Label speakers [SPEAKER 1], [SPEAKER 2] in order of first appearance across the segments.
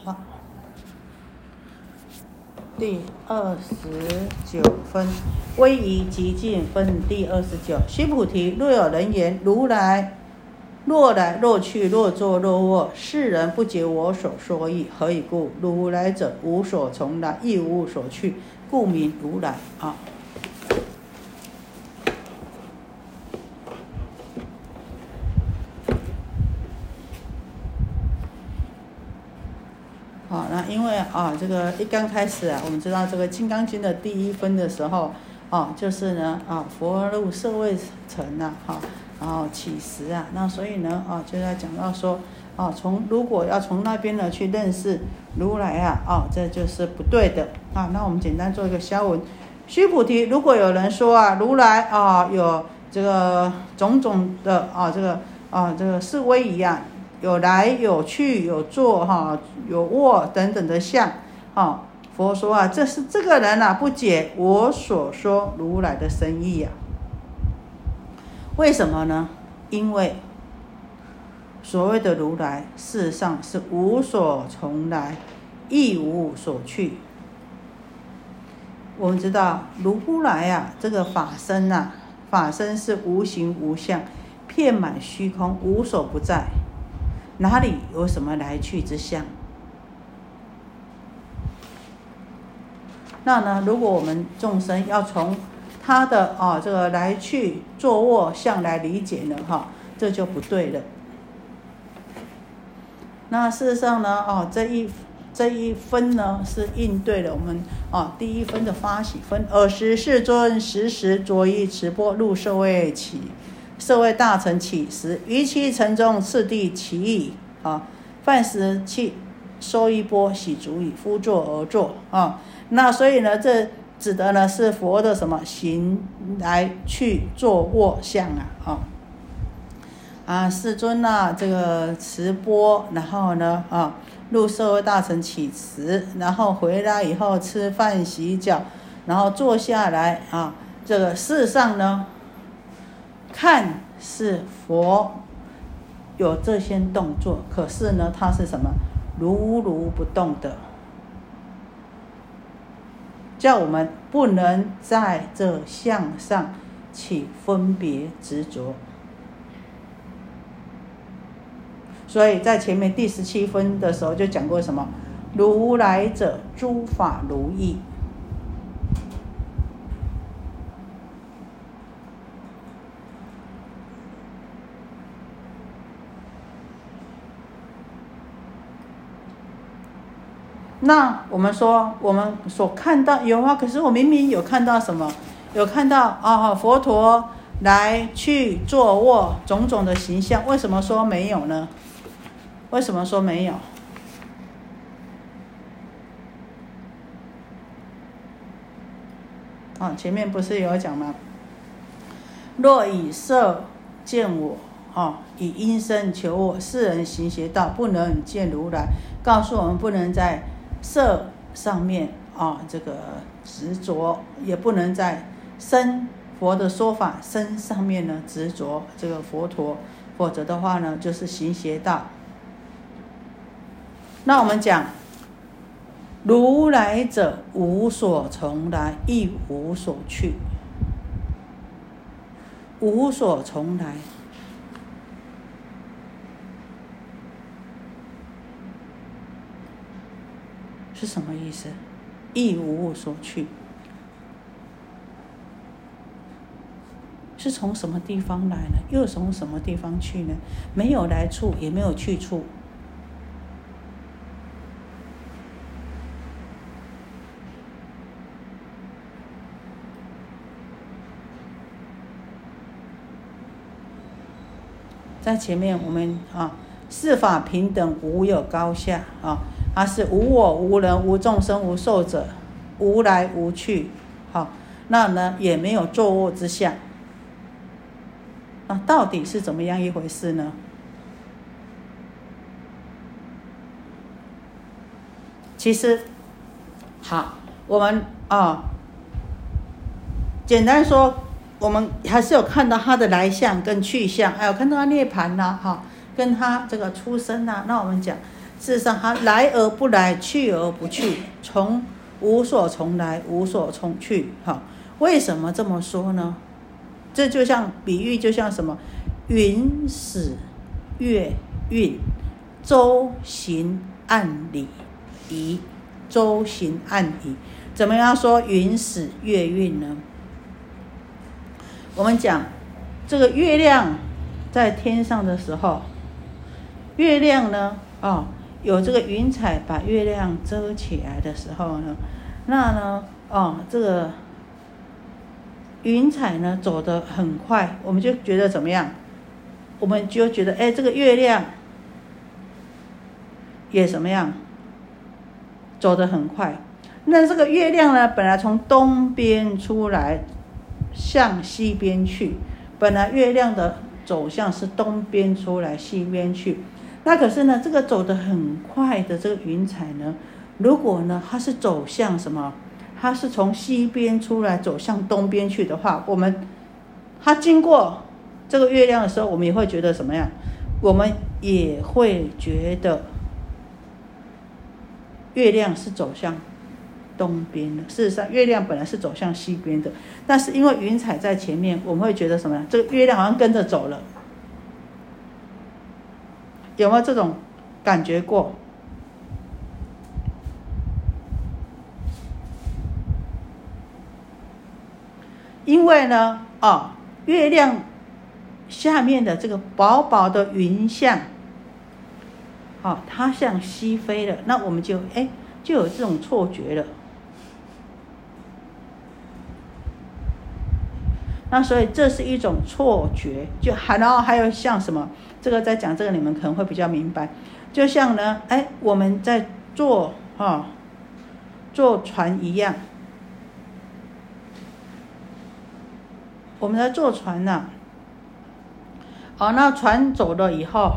[SPEAKER 1] 好，第29分，威仪极尽分第29。须菩提，若有人言如来若来若去，若坐若卧，世人不解我所说义，何以故？如来者，无所从来，亦无所去，故名如来。那因为这个一刚开始我们知道这个《金刚经》的第1分的时候就是呢佛入舍卫城然后起时那所以呢就在讲到说如果要从那边呢去认识如来这就是不对的那我们简单做一个消文。须菩提，如果有人说如来有这个种种的这个是威仪有来有去，有坐有卧等等的相佛说这是这个人不解我所说如来的深意为什么呢？因为所谓的如来事实上是无所从来，亦无所去。我们知道如来这个法身法身是无形无相，遍满虚空，无所不在，哪里有什么来去之相？那呢，如果我们众生要从他的这个来去坐卧相来理解呢这就不对了。那事实上呢这一分呢是应对了我们第1分的发喜分。尔时世尊时时着衣持钵入舍卫大城起时，于其城中次第其意饭食讫收衣钵，洗足矣，敷座而坐那所以呢，这指的呢是佛的什么行来去坐卧相世尊这个持钵，然后呢入舍卫大城起食，然后回来以后吃饭洗脚，然后坐下来这个事实上呢，看是佛有这些动作，可是呢，它是什么？如如不动的，叫我们不能在这相上起分别执着。所以在前面第17分的时候就讲过什么？如来者，诸法如意。那我们说我们所看到有可是我明明有看到什么？有看到佛陀来去坐卧种种的形象，为什么说没有呢？为什么说没有？前面不是有讲吗？若以色见我以音声求我，世人行邪道，不能见如来。告诉我们不能在色上面这个执着，也不能在身佛的说法身上面呢执着这个佛陀，否则的话呢就是行邪道。那我们讲如来者，无所从来，亦无所去。无所从来是什么意思？亦无所去是从什么地方来呢？又从什么地方去呢？没有来处，也没有去处。在前面我们四法平等，无有高下它是无我无人无众生无寿者，无来无去那呢也没有坐卧之相到底是怎么样一回事呢？其实我们简单说，我们还是有看到他的来相跟去相，还有看到他涅槃跟他这个出生那我们讲事实上它来而不来，去而不去，从无所从来，无所从去。为什么这么说呢？这就像比喻，就像什么？云使月运，周行按理仪，周行按仪。怎么样说云使月运呢？我们讲这个月亮在天上的时候，月亮呢，有这个云彩把月亮遮起来的时候呢，那呢，这个云彩呢走得很快，我们就觉得怎么样？我们就觉得，这个月亮也怎么样？走得很快。那这个月亮呢，本来从东边出来，向西边去。本来月亮的走向是东边出来，西边去。那可是呢，这个走得很快的这个云彩呢，如果呢它是走向什么？它是从西边出来走向东边去的话，它经过这个月亮的时候，我们也会觉得什么样？我们也会觉得月亮是走向东边的。事实上，月亮本来是走向西边的，但是因为云彩在前面，我们会觉得什么样？这个月亮好像跟着走了。有没有这种感觉过？因为呢，月亮下面的这个薄薄的云象，它向西飞了，那我们就有这种错觉了。那所以这是一种错觉，然后还有像什么，这个在讲这个你们可能会比较明白，就像呢，我们在坐船一样，我们在坐船呐，那船走了以后，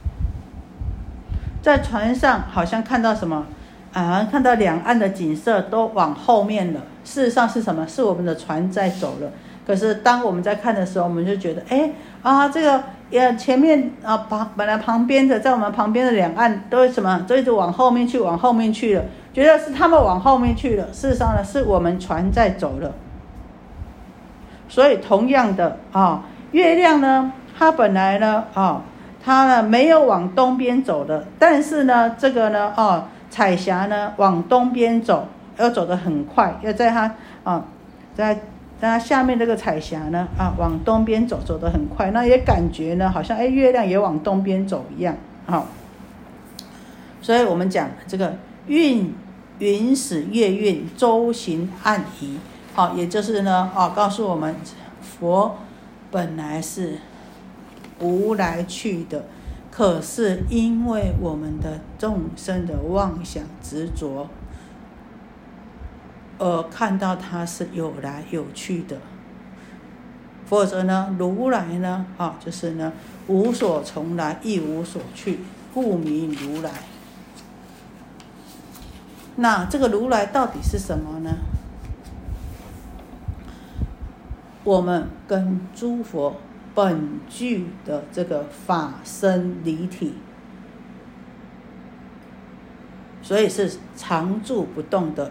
[SPEAKER 1] 在船上好像看到什么看到两岸的景色都往后面了。事实上是什么？是我们的船在走了。可是当我们在看的时候，我们就觉得，这个前面本来旁边的，在我们旁边的两岸都什么，都一直往后面去了，觉得是他们往后面去了。事实上呢，是我们船在走了。所以同样的月亮呢，它本来呢它呢没有往东边走的，但是呢这个呢彩霞呢往东边走，要走得很快，要在它在它下面这个彩霞呢往东边走，走得很快，那也感觉呢好像月亮也往东边走一样。所以我们讲这个云使月运，周行按仪。也就是呢告诉我们佛本来是无来去的，可是因为我们的众生的妄想执着，而看到它是有来有去的。否则呢，如来呢就是呢无所从来，亦无所去，故名如来。那这个如来到底是什么呢？我们跟诸佛本具的这个法身离体，所以是常住不动的。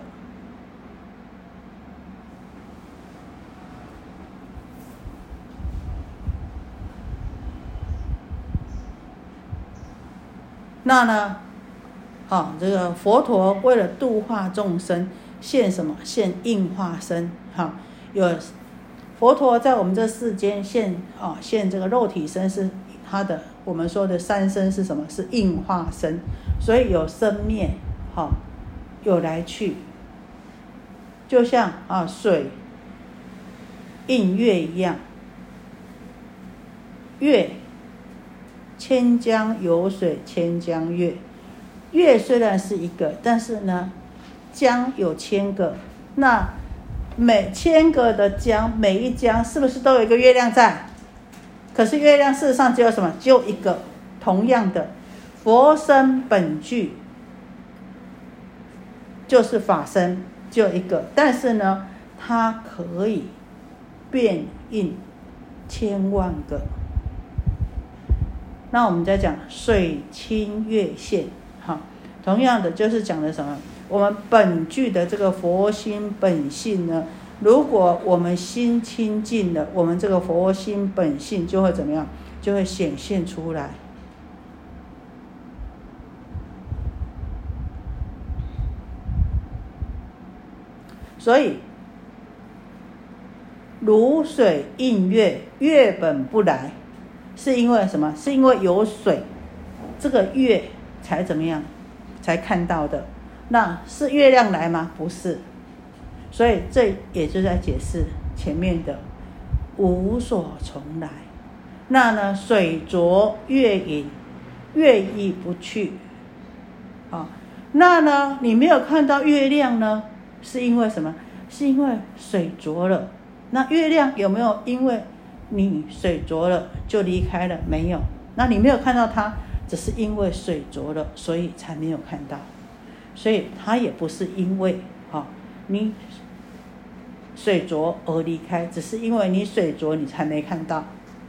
[SPEAKER 1] 那呢这个佛陀为了度化众生，现什么？现应化身。有佛陀在我们这世间现这个肉体身，是他的我们说的三身是什么？是应化身。所以有生灭有来去，就像水映月一样。月千江有水千江月，月虽然是一个，但是呢江有千个，那每千个的江，每一江是不是都有一个月亮在？可是月亮事实上只有什么？只有一个。同样的，佛身本具就是法身，只有一个，但是呢它可以变应千万个。那我们在讲水清月现， 哈。同样的就是讲的什么？我们本具的这个佛心本性呢，如果我们心清净了，我们这个佛心本性就会怎么样？就会显现出来。所以如水映月，月本不来，是因为什么？是因为有水，这个月才怎么样？才看到的。那是月亮来吗？不是。所以这也就在解释前面的无所从来。那呢，水浊月隐，月亦不去。那呢，你没有看到月亮呢？是因为什么？是因为水浊了。那月亮有没有因为你水浊了就离开了？没有。那你没有看到它，只是因为水浊了，所以才没有看到。所以它也不是因为你水浊而离开，只是因为你水浊你才没看到。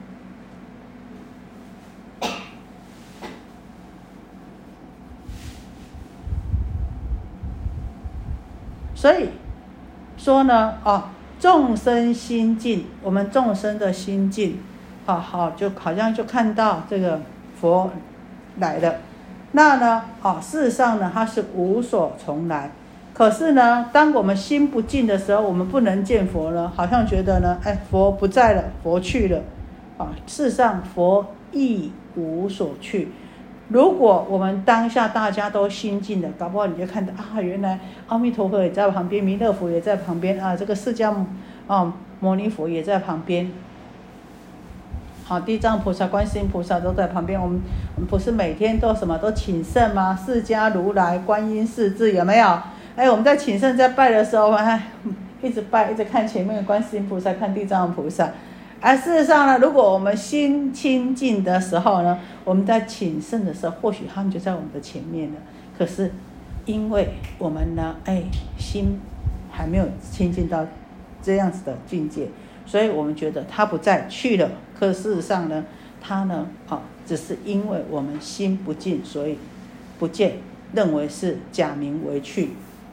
[SPEAKER 1] 所以说呢，众生心净，我们众生的心净，就好像就看到这个佛来了。那呢，事实上呢，它是无所从来。可是呢，当我们心不净的时候，我们不能见佛了，好像觉得呢，佛不在了，佛去了。事实上，佛亦无所去。如果我们当下大家都心净的，搞不好你就看到原来阿弥陀佛也在旁边，弥勒佛也在旁边这个释迦牟尼佛也在旁边，地藏菩萨、观世音菩萨都在旁边。我们不是每天都什么都请圣吗？释迦如来、观音世智，有没有？我们在请圣在拜的时候，一直拜，一直看前面的观世音菩萨，看地藏菩萨。事实上呢，如果我们心清净的时候呢，我们在请圣的时候，或许他们就在我们的前面了。可是因为我们呢，心还没有清净到这样子的境界，所以我们觉得他不在，去了。可事实上呢，他呢，只是因为我们心不净，所以不见，认为是假名为去。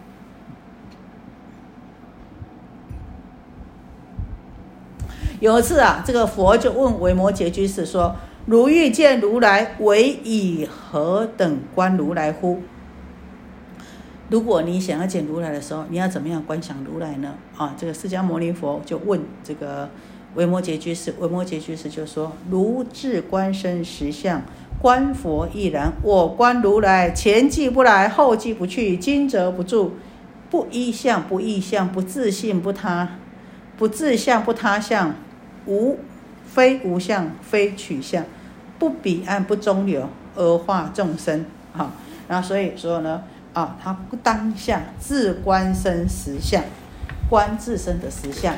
[SPEAKER 1] 有一次这个佛就问维摩诘居士说：“如欲见如来，唯以何等观如来乎？”如果你想要见如来的时候，你要怎么样观想如来呢？这个释迦牟尼佛就问这个维摩诘居士，维摩诘居士就说：“如智观身实相，观佛亦然。我观如来，前即不来，后即不去，今则不住，不依相，不异相，不自性，不自相，不他相，非无相，非取相，不彼岸，不中流，而化众生。”然后所以说呢，他当下自观身实相，观自身的实相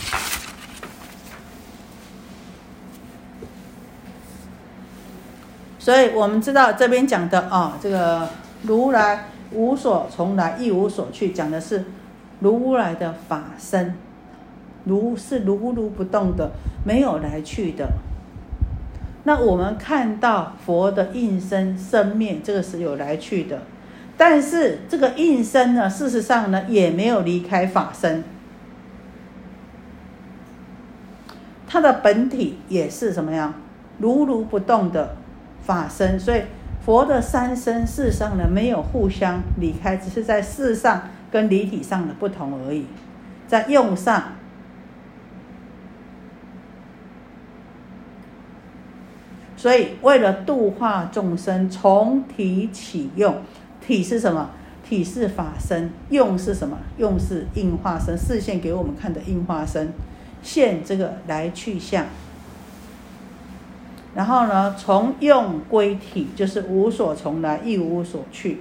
[SPEAKER 1] 所以我们知道这边讲的这个如来无所从来，亦无所去，讲的是如来的法身，如是如不动的，没有来去的。那我们看到佛的应身生灭，这个是有来去的，但是这个应身呢，事实上呢，也没有离开法身，它的本体也是什么样？如不动的法身。所以佛的三身事实上呢，没有互相离开，只是在事上跟离体上的不同而已，在用上。所以为了度化众生，从体起用。体是什么？体是法身。用是什么？用是应化身，示现给我们看的应化身，现这个来去相。然后呢，从用归体，就是无所从来，亦无所去。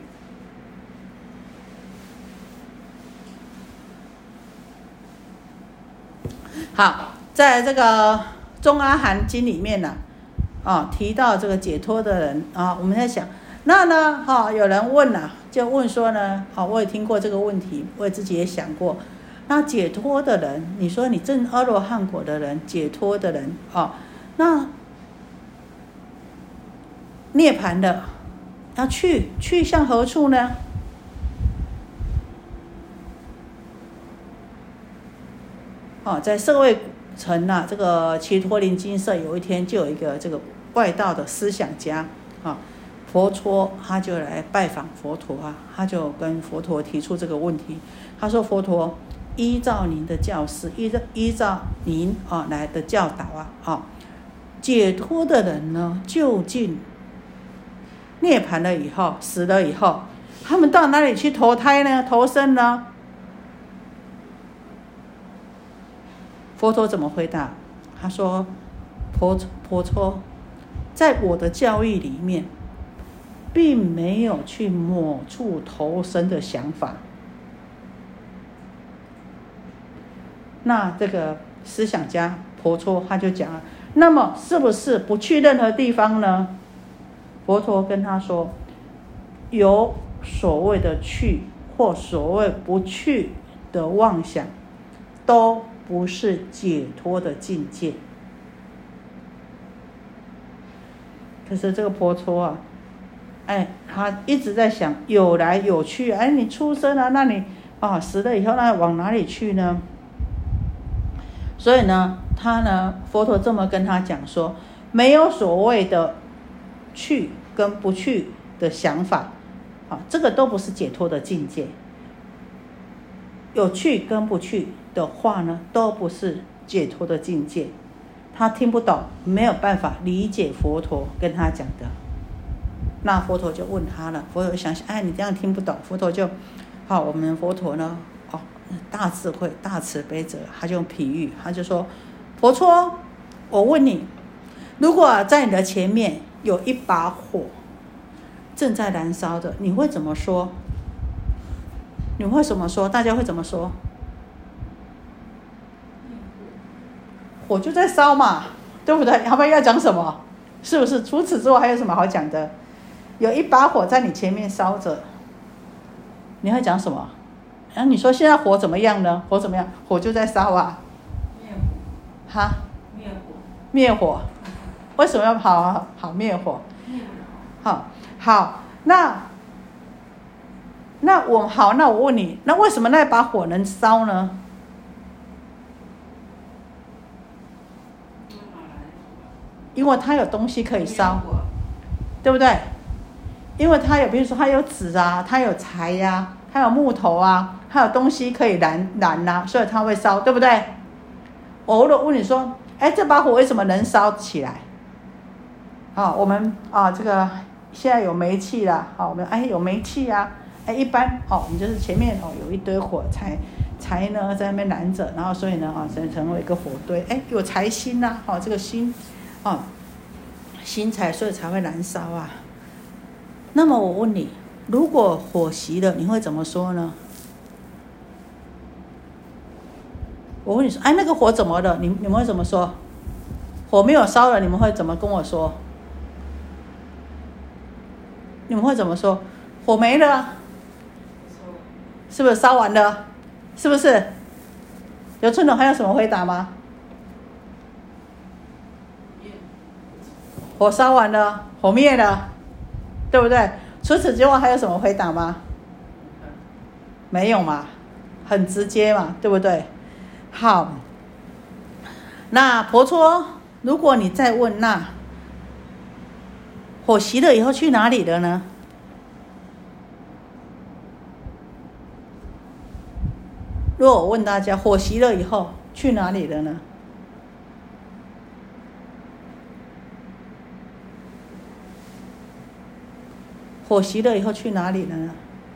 [SPEAKER 1] 好，在这个中阿含经里面呢，提到这个解脱的人我们在想，那呢，有人问就问说呢，我也听过这个问题，我自己也想过。那解脱的人，你说你证阿罗汉果的人，解脱的人那涅槃了， 要去向何处呢？在舍卫城啊，这个祇陀林精舍，有一天就有一个这个外道的思想家佛陀，他就来拜访佛陀啊，他就跟佛陀提出这个问题，他说：佛陀，依照您的教示，依照您来的教导解脱的人呢，究竟涅槃了以后，死了以后，他们到哪里去投胎呢？投生呢？佛陀怎么回答？他说：婆娑，在我的教义里面，并没有去某处投生的想法。那这个思想家婆娑他就讲了，那么是不是不去任何地方呢？佛陀跟他说，有所谓的去或所谓不去的妄想，都不是解脱的境界。可是这个婆娑他一直在想有来有去，你出生了，那你死了以后那往哪里去呢？所以呢，佛陀这么跟他讲说，没有所谓的去跟不去的想法，这个都不是解脱的境界。有去跟不去的话呢，都不是解脱的境界。他听不懂，没有办法理解佛陀跟他讲的。那佛陀就问他了，佛陀想想，你这样听不懂，佛陀就我们佛陀呢大智慧大慈悲者，他就用譬喻，他就说，婆娑，我问你，如果在你的前面有一把火正在燃烧的，你会怎么说？你会怎么说？大家会怎么说？火就在烧嘛，对不对？要不然要讲什么？是不是？除此之外还有什么好讲的？有一把火在你前面烧着，你会讲什么？你说现在火怎么样呢？火怎么样？火就在烧啊。灭火。为什么要跑灭火？好，那我问你，那为什么那把火能烧呢？因为它有东西可以烧，对不对？因为它有，比如说它有纸啊，它有柴呀，它有木头啊，它有东西可以燃啊，所以它会烧，对不对？我如果问你说，这把火为什么能烧起来？我们这个现在有煤气了，我们有煤气啊，一般我们就是前面有一堆火柴呢在那边燃着，然后所以呢成为一个火堆，有柴薪啊，这个薪薪柴，所以才会燃烧啊。那么我问你，如果火熄了，你会怎么说呢？我问你说，那个火怎么了？你们会怎么说？火没有烧了，你们会怎么跟我说？你们会怎么说？火没了，是不是烧完了？是不是？有村长还有什么回答吗？火烧完了，火灭了，对不对？除此之外还有什么回答吗？没有嘛，很直接嘛，对不对？好，那婆娑，如果你再问，那火熄了以后去哪里了呢？如果我问大家，火熄了以后去哪里了呢？火熄了以后去哪里了呢？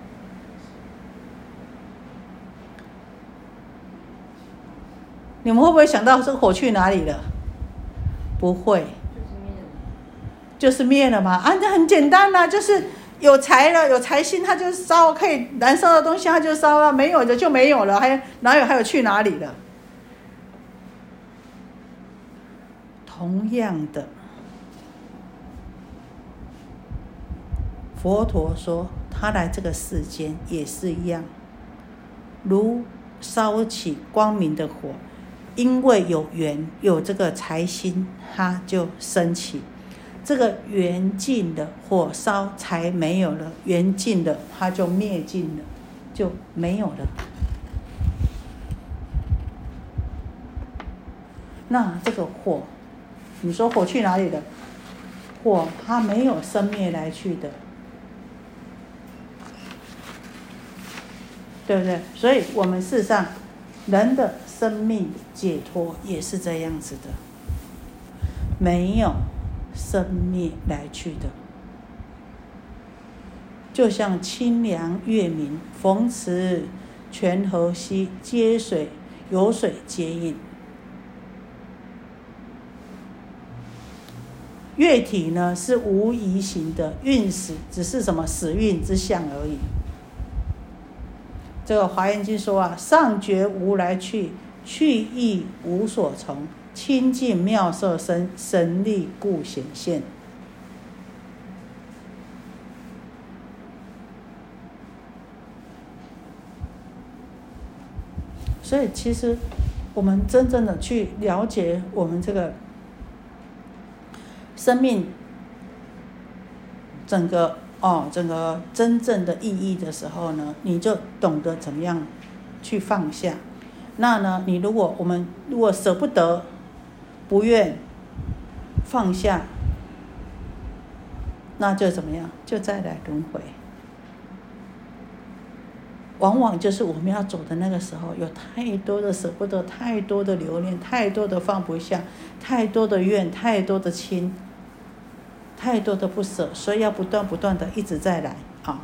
[SPEAKER 1] 你们会不会想到这个火去哪里了？不会，就是灭了嘛。这很简单啦，就是有柴了，有柴薪，它就烧，可以燃烧的东西它就烧了，没有的就没有了，还有去哪里了？同样的，佛陀说他来这个世间也是一样，如烧起光明的火，因为有缘有这个财心，它就升起。 这个缘尽的火烧才没有了，缘尽了它就灭尽了，就没有了。那这个火，你说火去哪里了？火它没有生灭来去的，对不对？所以我们事实上人的生命解脱也是这样子的，没有生灭来去的。就像清凉月明，逢池泉河溪，皆水有水皆饮。月体呢是无疑形的，运死只是什么死运之象而已。这个《华严经》说啊，上觉无来去，去亦无所从，清净妙色身，神力故显现。所以其实我们真正的去了解我们这个生命整个真正的意义的时候呢，你就懂得怎么样去放下。那呢，我们如果舍不得、不愿放下，那就怎么样？就再来轮回。往往就是我们要走的那个时候，有太多的舍不得，太多的留恋，太多的放不下，太多的怨，太多的亲，太多的不舍，所以要不断的一直再来啊。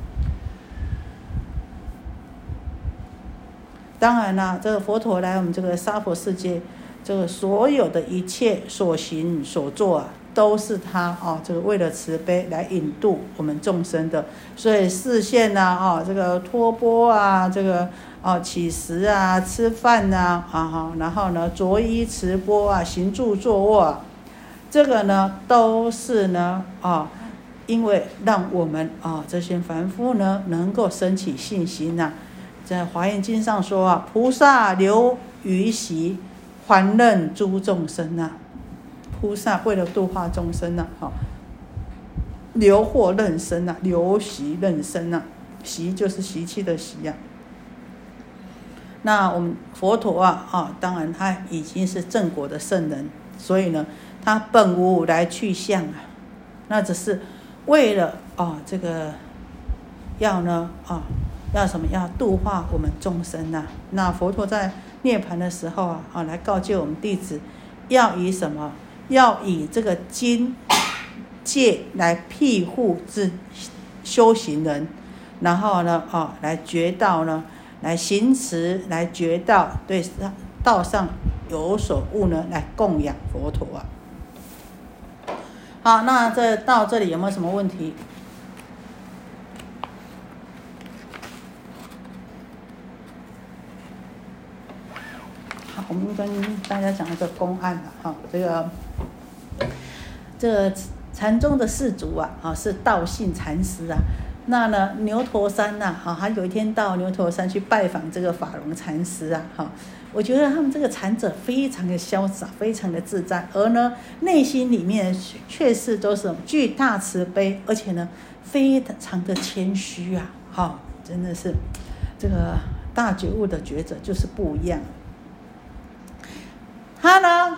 [SPEAKER 1] 当然啦，这个佛陀来我们这个娑婆世界，这个所有的一切所行所做啊，都是他这个为了慈悲来引渡我们众生的。所以示现啊，这个托钵啊，这个起食啊，吃饭啊，然后呢着衣持钵啊，行住坐卧啊，这个呢都是呢因为让我们这些凡夫呢能够升起信心啊。在《华严经》上说啊，菩萨留于习，还任诸众生啊。菩萨为了度化众生啊，留或任生啊，留习任生啊，习就是习气的习啊。那我们佛陀当然他已经是正果的圣人，所以呢，他本无来去相啊，那只是为了这个要呢要什么？要度化我们众生啊。那佛陀在涅槃的时候来告诫我们弟子，要以什么？要以这个经戒来庇护修行人，然后呢来觉道呢，来行持，来觉道，对道上有所悟呢，来供养佛陀啊。好，那到这里有没有什么问题？好，我们跟大家讲一个公案这个禅宗的四祖是道信禅师啊。那呢，牛头山他有一天到牛头山去拜访这个法融禅师啊。我觉得他们这个禅者非常的潇洒，非常的自在，而呢内心里面却是都是具大慈悲，而且呢非常的谦虚啊。真的是这个大觉悟的觉者就是不一样。他呢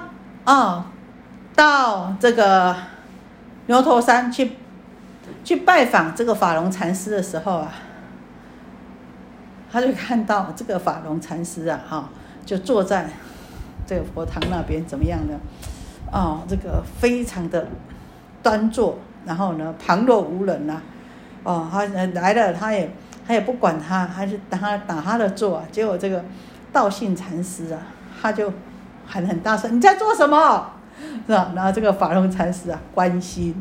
[SPEAKER 1] 到这个牛头山去拜访这个法融禅师的时候他就看到这个法融禅师就坐在这个佛堂那边，怎么样呢？这个非常的端坐，然后呢旁若无人他来了，他也不管他，他就打他的坐结果这个道信禅师他就喊很大声，你在做什么？是吧？然后这个法融禅师关心，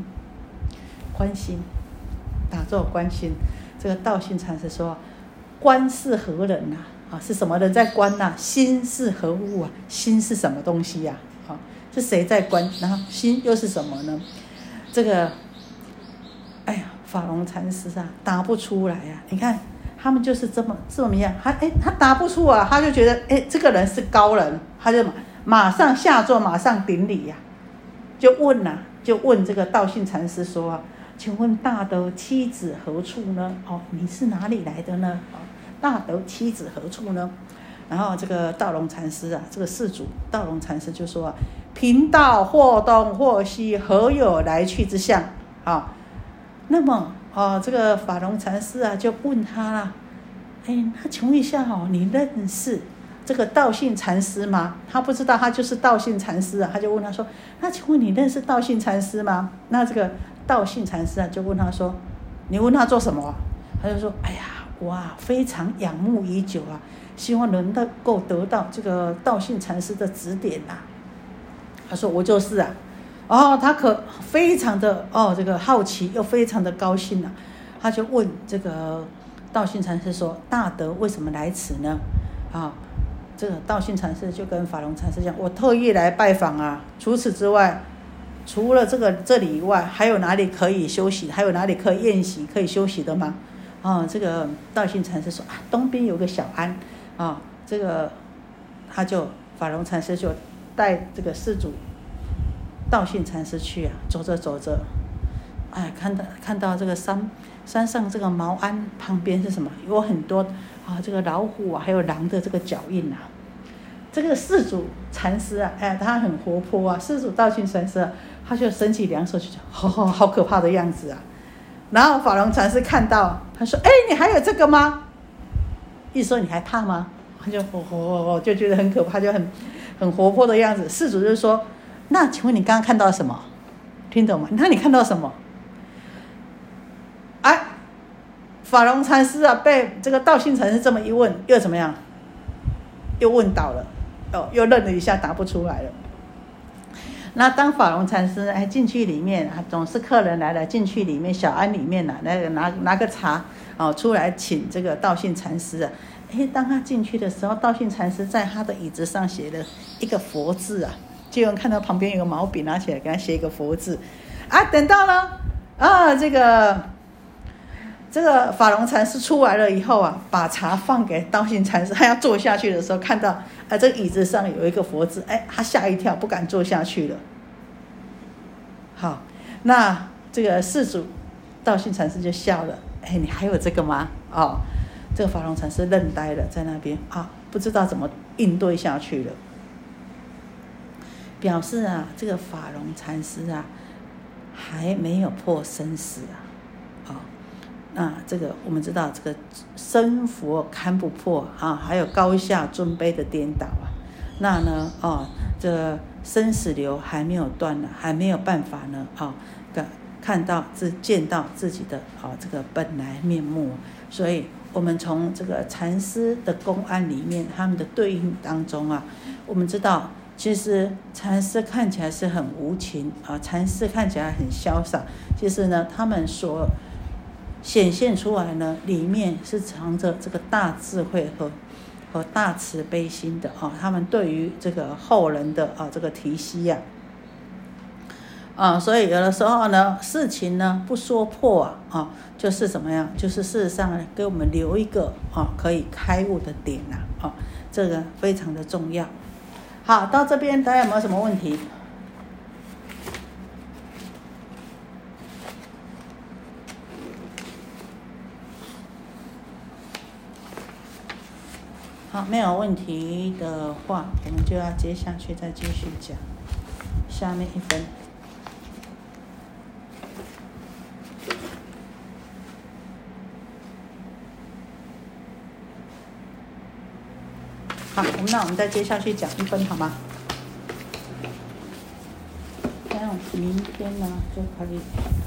[SPEAKER 1] 打坐关心。这个道信禅师说，观是何人是什么人在观心是何物心是什么东西是谁在观？然后心又是什么呢？这个法融禅师答不出来你看他们就是这么样，他答不出他就觉得这个人是高人，他就马上下座，马上顶礼就问就问这个道信禅师说啊，请问大德妻子何处呢？你是哪里来的呢？大德妻子何处呢？然后这个道隆禅师啊，这个世主道隆禅师就说啊，贫道或东或西，何有来去之相？那么这个法隆禅师啊就问他啦，那请问一下你认识这个道信禅师吗？他不知道他就是道信禅师啊，他就问他说，那请问你认识道信禅师吗？那这个道信禅师啊就问他说，你问他做什么？他就说，哎呀，我非常仰慕已久啊，希望能够得到这个道信禅师的指点啊。他说我就是啊。他可非常的这个好奇，又非常的高兴啊。他就问这个道信禅师说，大德为什么来此呢？这个道信禅师就跟法隆禅师讲，我特意来拜访啊，除此之外，除了这里以外，还有哪里可以休息？还有哪里可以宴席可以休息的吗？这个道信禅师说东边有个小庵这个法隆禅师就带这个施主道信禅师去啊，走着走着，看到这个山上这个茅庵旁边是什么？有很多这个老虎还有狼的这个脚印啊。这个施主禅师啊，他很活泼啊。施主道信禅师他就伸起两手去讲，好可怕的样子啊。然后法隆禅师看到，他说：“你还有这个吗？”意思说你还怕吗？他就就觉得很可怕，就很活泼的样子。施主就说：“那请问你刚刚看到什么？听懂吗？那你看到什么？”法隆禅师啊，被这个道信禅师这么一问，又怎么样？又问倒了，又愣了一下，答不出来了。那当法隆禅师进去里面总是客人来了，进去里面小庵里面拿个茶出来请这个道信禅师啊。当他进去的时候，道信禅师在他的椅子上写了一个佛字啊，就有人看到旁边有个毛笔，拿起来给他写一个佛字等到呢这个法隆禅师出来了以后啊，把茶放给道信禅师，他要坐下去的时候，看到这个椅子上有一个佛字，他吓一跳，不敢坐下去了。好，那这个施主道信禅师就笑了，你还有这个吗？这个法隆禅师愣呆了，在那边不知道怎么应对下去了。表示这个法隆禅师还没有破生死那这个我们知道，这个生佛堪不破还有高下尊卑的颠倒那呢这生死流还没有断呢，还没有办法呢见到自己的这个本来面目。所以我们从这个禅师的公案里面，他们的对应当中我们知道，其实禅师看起来是很无情禅师看起来很潇洒，其实呢，他们所显现出来呢，里面是藏着这个大智慧和大慈悲心的他们对于这个后人的这个提携所以有的时候呢，事情呢不说破就是怎么样，就是事实上给我们留一个可以开悟的点这个非常的重要。好，到这边大家有没有什么问题？好，没有问题的话，我们就要接下去再继续讲下面一分。好，那我们再接下去讲一分好吗？这样明天呢就可以